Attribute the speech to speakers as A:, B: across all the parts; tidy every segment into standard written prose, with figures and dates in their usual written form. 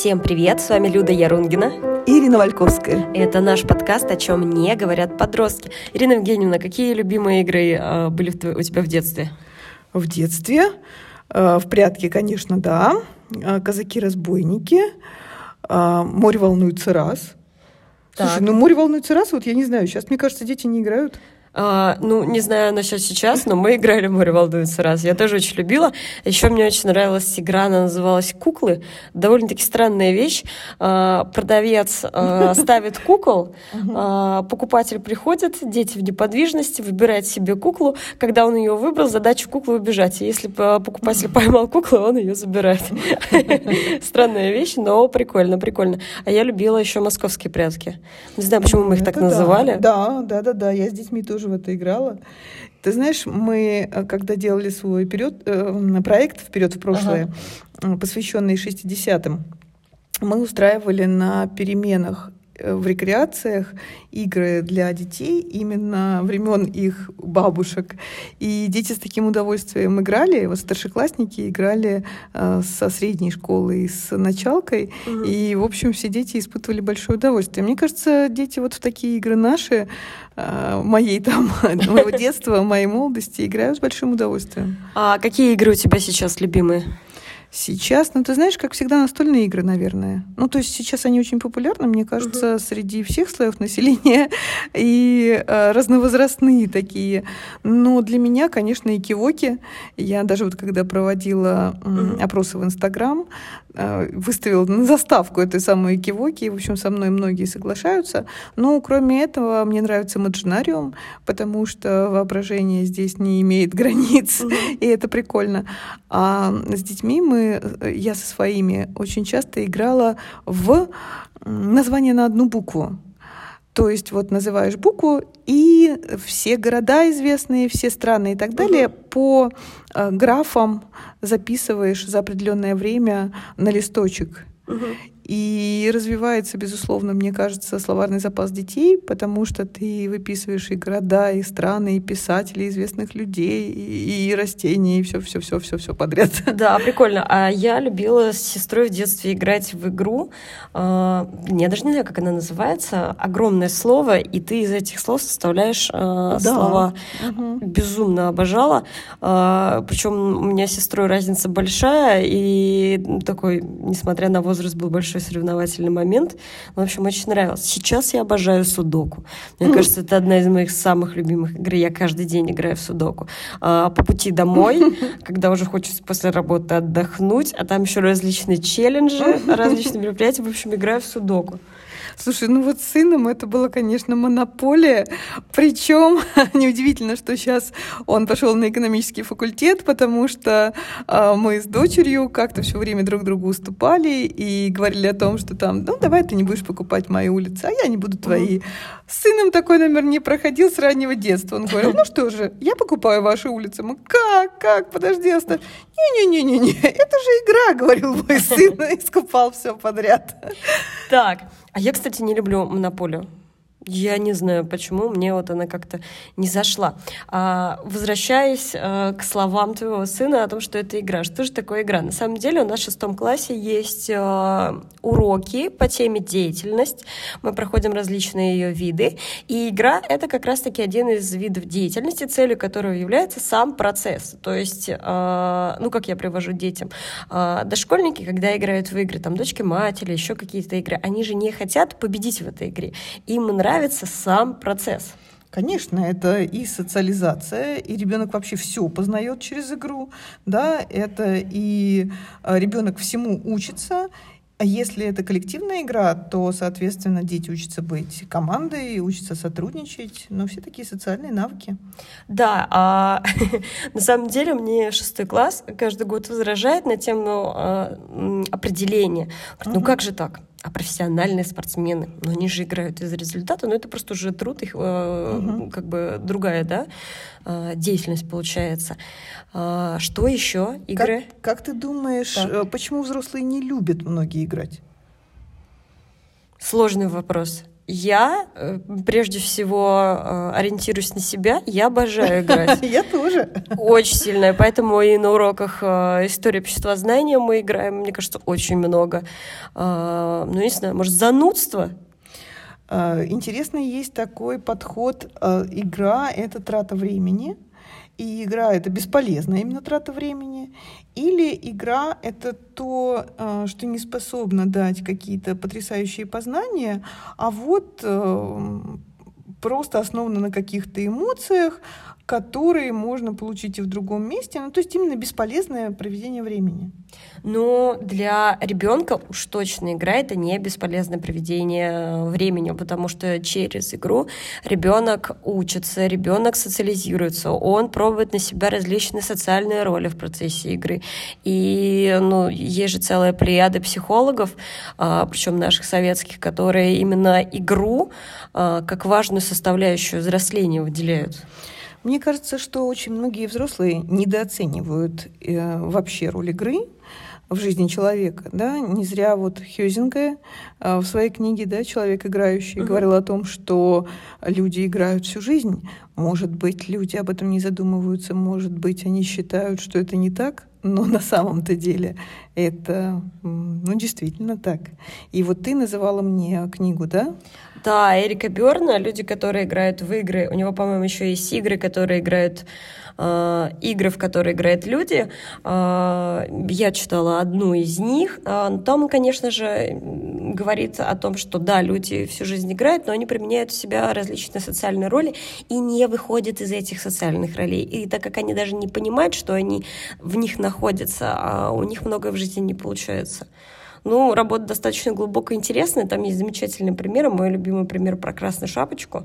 A: Всем привет, с вами Люда Ярунгина
B: и Ирина Вальковская.
A: Это наш подкаст «О чем не говорят подростки». Ирина Евгеньевна, какие любимые игры были у тебя в детстве?
B: В детстве? В прятки, конечно, да. Казаки-разбойники. Море волнуется раз.
A: Так.
B: Слушай, море волнуется раз, вот я не знаю, сейчас, мне кажется, дети не играют.
A: Не знаю насчет сейчас, но мы играли в «Море волнуется раз». Я тоже очень любила. Еще мне очень нравилась игра, она называлась «Куклы». Довольно-таки странная вещь. Продавец ставит кукол, покупатель приходит, дети в неподвижности, выбирает себе куклу. Когда он ее выбрал, задача куклы убежать. И если покупатель поймал куклу, он ее забирает. Странная вещь, но прикольно. А я любила еще московские прятки. Не знаю, почему мы их так называли.
B: Да, я с детьми тоже в это играла. Ты знаешь, мы, когда делали свой проект «Вперед в прошлое», посвященный 60-м, мы устраивали на переменах в рекреациях игры для детей именно времен их бабушек. И дети с таким удовольствием играли. Вот старшеклассники играли со средней школы и с началкой. И, в общем, все дети испытывали большое удовольствие. Мне кажется, дети вот в такие игры наши, моего детства, моей молодости, играют с большим удовольствием.
A: А какие игры у тебя сейчас любимые?
B: Сейчас, ты знаешь, как всегда, настольные игры, наверное. То есть сейчас они очень популярны, мне кажется, среди всех слоев населения и разновозрастные такие. Но для меня, конечно, и кивоки. Я даже вот когда проводила опросы в Инстаграм, выставила на заставку этой самой кивоки, и, в общем, со мной многие соглашаются. Но, кроме этого, мне нравится Маджинариум, потому что воображение здесь не имеет границ, и это прикольно. А с детьми я со своими очень часто играла в название на одну букву. То есть вот называешь букву, и все города известные, все страны и так далее по графам записываешь за определенное время на листочек. И развивается, безусловно, мне кажется, словарный запас детей, потому что ты выписываешь и города, и страны, и писателей, известных людей, и растения, и все подряд.
A: Да, прикольно. А я любила с сестрой в детстве играть в игру. Я даже не знаю, как она называется. Огромное слово, и ты из этих слов составляешь слова. Безумно обожала. Причем у меня с сестрой разница большая, и такой, несмотря на возраст, был большой соревновательный момент. В общем, очень нравилось. Сейчас я обожаю судоку. Мне кажется, это одна из моих самых любимых игр. Я каждый день играю в судоку. По пути домой, когда уже хочется после работы отдохнуть, а там еще различные челленджи, различные мероприятия. В общем, играю в судоку.
B: Слушай, вот с сыном это было, конечно, монополия. Причем неудивительно, что сейчас он пошел на экономический факультет, потому что мы с дочерью как-то все время друг другу уступали и говорили о том, что давай ты не будешь покупать мои улицы, а я не буду твои. С сыном такой номер не проходил с раннего детства. Он говорил, что же, я покупаю ваши улицы. Мы, как? Подожди, оставь. Не-не-не, это же игра, говорил мой сын, и скупал все подряд.
A: Так, а я, кстати, не люблю монополию. Я не знаю, почему, мне вот она как-то не зашла. Возвращаясь к словам твоего сына о том, что это игра. Что же такое игра? На самом деле у нас в 6 классе есть уроки по теме деятельность. Мы проходим различные ее виды. И игра — это как раз-таки один из видов деятельности, целью которого является сам процесс. То есть, как я привожу детям. Дошкольники, когда играют в игры, дочки-мать или еще какие-то игры, они же не хотят победить в этой игре. Им нравится сам процесс.
B: Конечно, это и социализация, и ребенок вообще все познает через игру, да, это и ребенок всему учится. А если это коллективная игра, то, соответственно, дети учатся быть командой, учатся сотрудничать, все такие социальные навыки.
A: Да, на самом деле мне 6 класс каждый год возражает на тему определения. Как же так? А профессиональные спортсмены, они же играют из-за результата, это просто уже труд их, другая, деятельность получается. Что еще? Игры?
B: Как ты думаешь, почему взрослые не любят многие играть?
A: Сложный вопрос. Я прежде всего ориентируюсь на себя. Я обожаю играть.
B: Я тоже.
A: Очень сильно. Поэтому и на уроках истории обществознания мы играем, мне кажется, очень много. Ну, не знаю, может, занудство?
B: Интересно, есть такой подход. Игра — это трата времени. И игра — это бесполезная именно трата времени, или игра — это то, что не способно дать какие-то потрясающие познания, а вот просто основано на каких-то эмоциях, которые можно получить и в другом месте. Ну, то есть именно бесполезное проведение времени.
A: Но для ребенка уж точно игра — это не бесполезное проведение времени, потому что через игру ребенок учится, ребенок социализируется, он пробует на себя различные социальные роли в процессе игры. И есть же целая плеяда психологов, причем наших советских, которые именно игру как важную составляющую взросления выделяют.
B: Мне кажется, что очень многие взрослые недооценивают вообще роль игры в жизни человека. Да? Не зря вот Хёзинге в своей книге, да, «Человек играющий», говорил о том, что люди играют всю жизнь. Может быть, люди об этом не задумываются, может быть, они считают, что это не так, но на самом-то деле это действительно так. И вот ты называла мне книгу, да?
A: Да, Эрика Бёрна, люди, которые играют в игры. У него, по-моему, еще есть игры, которые играют игры, в которые играют люди. Я читала одну из них. Там он, конечно же, говорит о том, что да, люди всю жизнь играют, но они применяют в себя различные социальные роли и не выходят из этих социальных ролей. И так как они даже не понимают, что они в них находятся, а у них многое в жизни не получается. Работа достаточно глубоко интересная. Там есть замечательные примеры. Мой любимый пример про Красную Шапочку,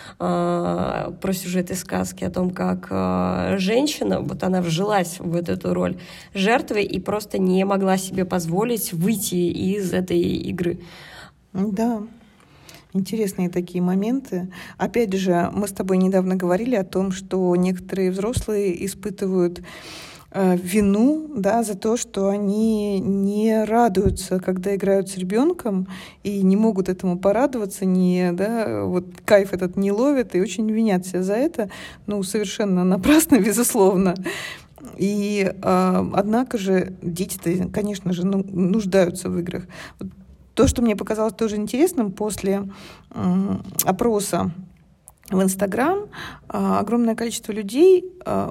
A: про сюжет из сказки о том, как женщина, вот она вжилась в эту роль жертвы и просто не могла себе позволить выйти из этой игры.
B: Да. Интересные такие моменты. Опять же, мы с тобой недавно говорили о том, что некоторые взрослые испытывают вину, да, за то, что они не радуются, когда играют с ребенком, и не могут этому порадоваться, вот кайф этот не ловят, и очень винят себя за это, совершенно напрасно, безусловно. И однако же дети-то, конечно же, нуждаются в играх. То, что мне показалось тоже интересным после опроса в Инстаграм, огромное количество людей,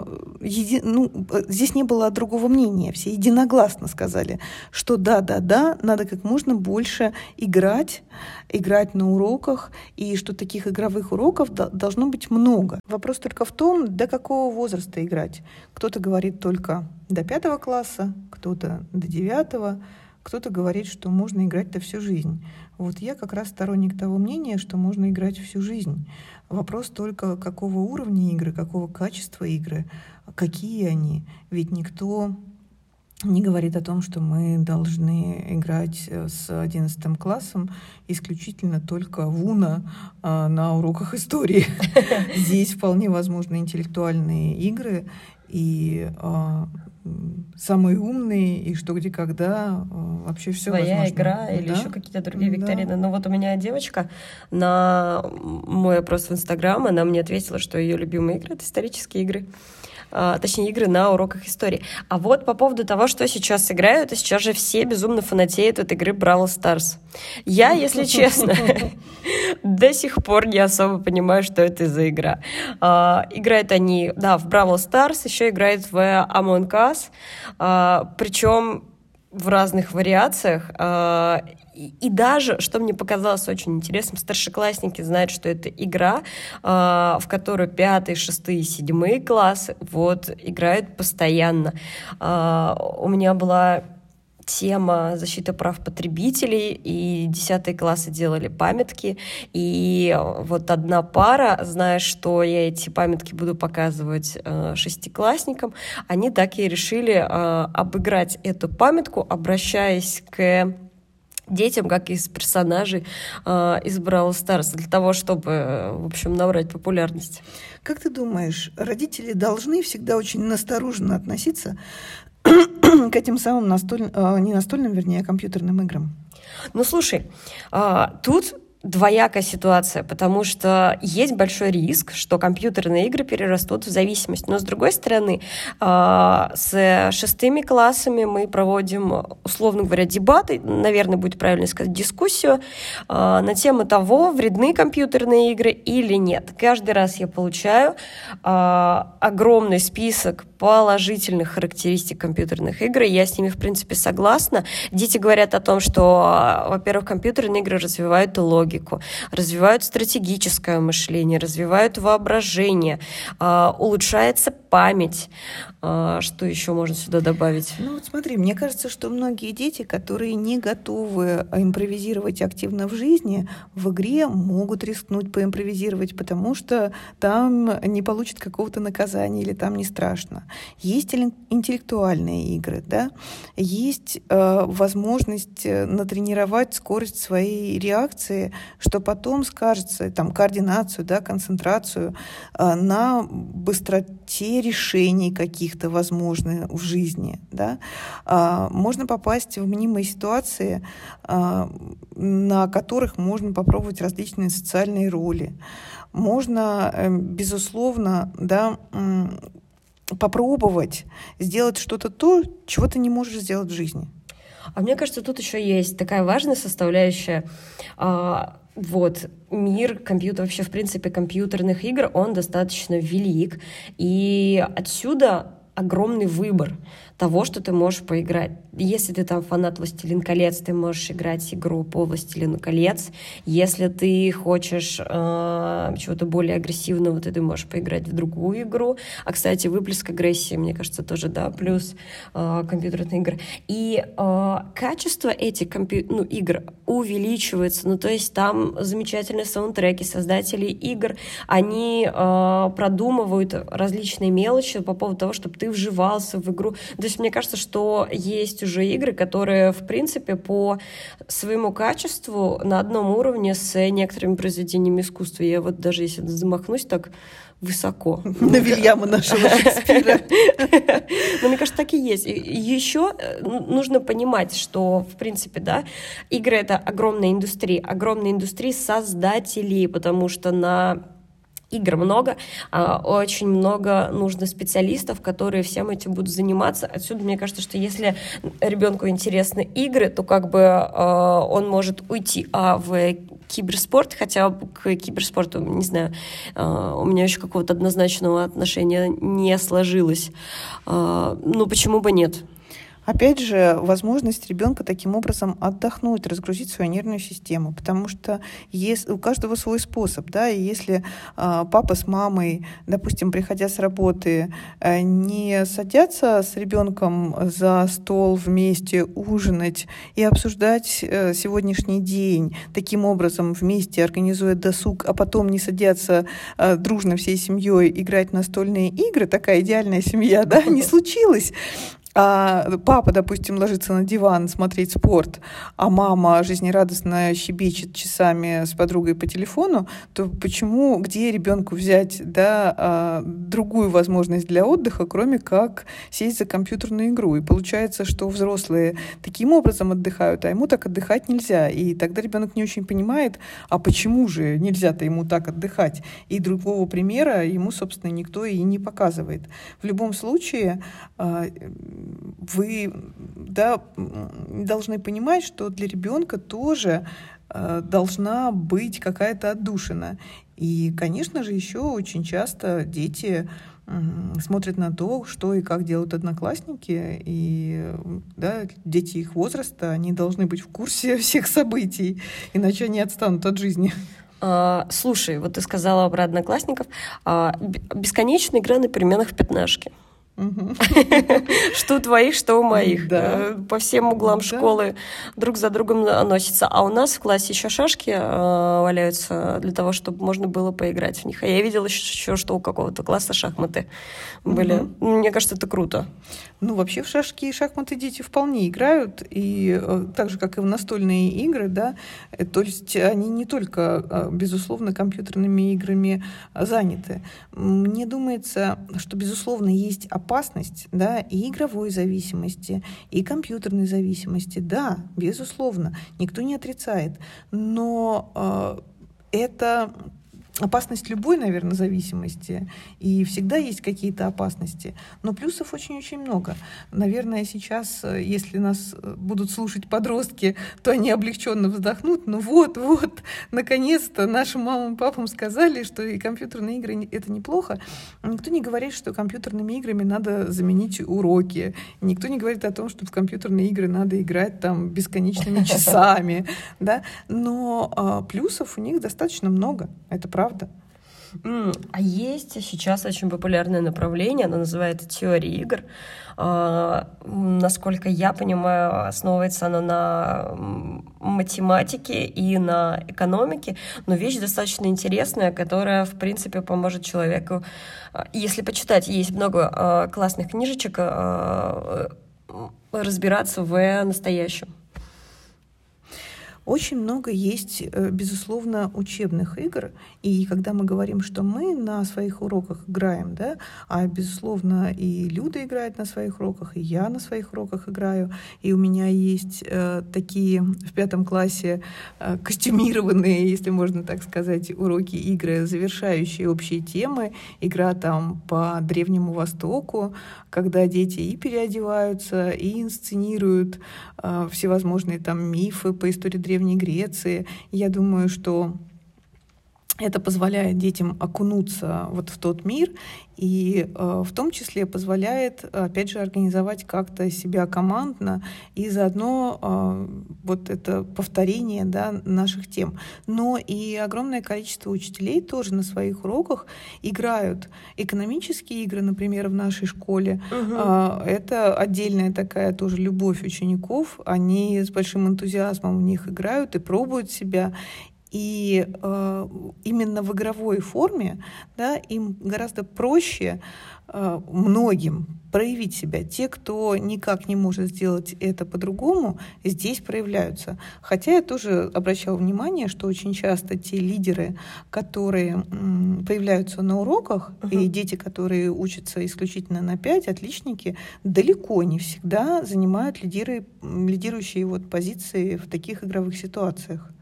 B: здесь не было другого мнения, все единогласно сказали, что да, надо как можно больше играть на уроках, и что таких игровых уроков должно быть много. Вопрос только в том, до какого возраста играть. Кто-то говорит только до 5 класса, кто-то до 9, кто-то говорит, что можно играть-то всю жизнь. Вот я как раз сторонник того мнения, что можно играть всю жизнь. Вопрос только, какого уровня игры, какого качества игры, какие они. Ведь никто не говорит о том, что мы должны играть с 11 классом исключительно только в Уно на уроках истории. Здесь вполне возможны интеллектуальные игры, и самые умные, и что, где, когда, вообще все возможно.
A: Своя игра или еще какие-то другие викторины. Но вот у меня девочка на мой опрос в Инстаграм, она мне ответила, что ее любимые игры — это исторические игры. Точнее, игры на уроках истории. А вот по поводу того, что сейчас играют, сейчас же все безумно фанатеют от игры Бравл Старс. Я, если честно, до сих пор не особо понимаю, что это за игра. Играют они, в Бравл Старс, еще играют в Among Us, причем в разных вариациях. И даже, что мне показалось очень интересным, старшеклассники знают, что это игра, в которую 5, 6, 7 классы играют постоянно. У меня была тема защиты прав потребителей, и 10 классы делали памятки, и вот одна пара, зная, что я эти памятки буду показывать 6-классникам, они так и решили обыграть эту памятку, обращаясь к детям, как из персонажей из Бравл Старс, для того, чтобы, в общем, набрать популярность.
B: Как ты думаешь, родители должны всегда очень настороженно относиться к этим самым не настольным, вернее, а компьютерным играм?
A: Слушай, тут двоякая ситуация, потому что есть большой риск, что компьютерные игры перерастут в зависимость. Но, с другой стороны, с 6 классами мы проводим, условно говоря, дебаты, наверное, будет правильно сказать, дискуссию на тему того, вредны компьютерные игры или нет. Каждый раз я получаю огромный список положительных характеристик компьютерных игр, и я с ними, в принципе, согласна. Дети говорят о том, что, во-первых, компьютерные игры развивают логику, развивают стратегическое мышление, развивают воображение, улучшается память. Что еще можно сюда добавить?
B: Ну вот смотри, мне кажется, что многие дети, которые не готовы импровизировать активно в жизни, в игре могут рискнуть поимпровизировать, потому что там не получат какого-то наказания или там не страшно. Есть интеллектуальные игры, да? Есть возможность натренировать скорость своей реакции, что потом скажется, там, координацию, да, концентрацию на быстроте решений каких-то возможных в жизни. Да? Можно попасть в мнимые ситуации, на которых можно попробовать различные социальные роли. Можно, безусловно, да, попробовать сделать что-то то, чего ты не можешь сделать в жизни.
A: А мне кажется, тут еще есть такая важная составляющая. Вот, мир вообще, в принципе, компьютерных игр, он достаточно велик, и отсюда огромный выбор того, что ты можешь поиграть. Если ты там фанат «Властелин колец», ты можешь играть игру по «Властелину колец». Если ты хочешь чего-то более агрессивного, ты можешь поиграть в другую игру. А, кстати, выплеск агрессии, мне кажется, тоже, да, плюс компьютерные игры. И качество этих игр увеличивается. Ну, то есть там замечательные саундтреки создателей игр. Они продумывают различные мелочи по поводу того, чтобы ты вживался в игру. То есть мне кажется, что есть уже игры, которые, в принципе, по своему качеству на одном уровне с некоторыми произведениями искусства. Я вот даже если замахнусь так высоко.
B: На Вильяма нашего Шекспира.
A: Но мне кажется, так и есть. И еще нужно понимать, что, в принципе, да, игры — это огромная индустрия создателей, потому что на игр много, очень много нужно специалистов, которые всем этим будут заниматься. Отсюда, мне кажется, что если ребенку интересны игры, то как бы он может уйти в киберспорт, хотя к киберспорту, не знаю, у меня еще какого-то однозначного отношения не сложилось. Ну, почему бы нет?
B: Опять же, возможность ребенка таким образом отдохнуть, разгрузить свою нервную систему, потому что у каждого свой способ, да, и если папа с мамой, допустим, приходя с работы, не садятся с ребенком за стол вместе ужинать и обсуждать сегодняшний день, таким образом вместе организуя досуг, а потом не садятся дружно всей семьей играть в настольные игры, такая идеальная семья, да, не случилось. А папа, допустим, ложится на диван смотреть спорт, а мама жизнерадостно щебечет часами с подругой по телефону, то где ребенку взять, да, другую возможность для отдыха, кроме как сесть за компьютерную игру? И получается, что взрослые таким образом отдыхают, а ему так отдыхать нельзя. И тогда ребенок не очень понимает, а почему же нельзя-то ему так отдыхать? И другого примера ему, собственно, никто и не показывает. В любом случае, вы, да, должны понимать, что для ребенка тоже должна быть какая-то отдушина. И, конечно же, еще очень часто дети смотрят на то, что и как делают одноклассники, и да, дети их возраста, они должны быть в курсе всех событий, иначе они отстанут от жизни.
A: Слушай, вот ты сказала про одноклассников. Бесконечная игра на переменах в пятнашки. Что у твоих, что у моих. Да. По всем углам школы друг за другом носятся. А у нас в классе еще шашки валяются для того, чтобы можно было поиграть в них. А я видела еще, что у какого-то класса шахматы были. Мне кажется, это круто.
B: Ну, вообще в шашки и шахматы дети вполне играют, и так же, как и в настольные игры, да, то есть они не только, безусловно, компьютерными играми заняты. Мне думается, что, безусловно, есть опасность опасность, да, и игровой зависимости, и компьютерной зависимости, да, безусловно, никто не отрицает, но это опасность любой, наверное, зависимости, и всегда есть какие-то опасности, но плюсов очень-очень много. Наверное, сейчас, если нас будут слушать подростки, то они облегченно вздохнут, ну вот, наконец-то нашим мамам и папам сказали, что и компьютерные игры — это неплохо. Никто не говорит, что компьютерными играми надо заменить уроки, никто не говорит о том, что в компьютерные игры надо играть там бесконечными часами, да, но плюсов у них достаточно много, это правда.
A: А есть сейчас очень популярное направление, оно называется теория игр. Насколько я понимаю, основывается оно на математике и на экономике, но вещь достаточно интересная, которая, в принципе, поможет человеку. Если почитать, есть много классных книжечек, разбираться в настоящем.
B: Очень много есть, безусловно, учебных игр, и когда мы говорим, что мы на своих уроках играем, да, а, безусловно, и Люда играет на своих уроках, и я на своих уроках играю, и у меня есть такие в 5 классе костюмированные, если можно так сказать, уроки игры, завершающие общие темы, игра там по Древнему Востоку, когда дети и переодеваются, и инсценируют всевозможные там мифы по истории Древней Греции. Я думаю, что это позволяет детям окунуться вот в тот мир и в том числе позволяет, опять же, организовать как-то себя командно и заодно вот это повторение, да, наших тем. Но и огромное количество учителей тоже на своих уроках играют экономические игры, например, в нашей школе. Это отдельная такая тоже любовь учеников. Они с большим энтузиазмом в них играют и пробуют себя. И именно в игровой форме, да, им гораздо проще многим проявить себя. Те, кто никак не может сделать это по-другому, здесь проявляются. Хотя я тоже обращала внимание, что очень часто те лидеры, которые появляются на уроках, и дети, которые учатся исключительно на 5, отличники, далеко не всегда занимают лидирующие вот позиции в таких игровых ситуациях.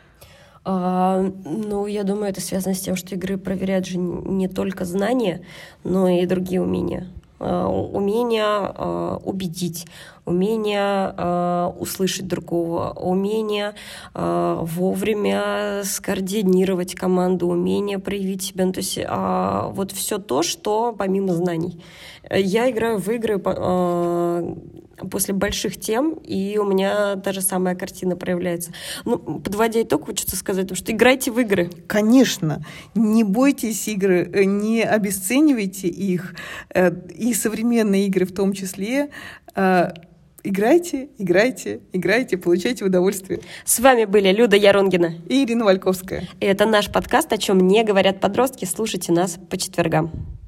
A: Ну, я думаю, это связано с тем, что игры проверяют же не только знания, но и другие умения. Умение убедить, умение услышать другого, умение вовремя скоординировать команду, умение проявить себя. Ну, то есть вот все то, что помимо знаний. Я играю в игры после больших тем, и у меня та же самая картина проявляется. Ну, подводя итог, хочется сказать, что играйте в игры.
B: Конечно, не бойтесь игры, не обесценивайте их, и современные игры в том числе. Играйте, получайте удовольствие.
A: С вами были Люда Яронгина
B: и Ирина Вальковская.
A: И это наш подкаст «О чем не говорят подростки». Слушайте нас по четвергам.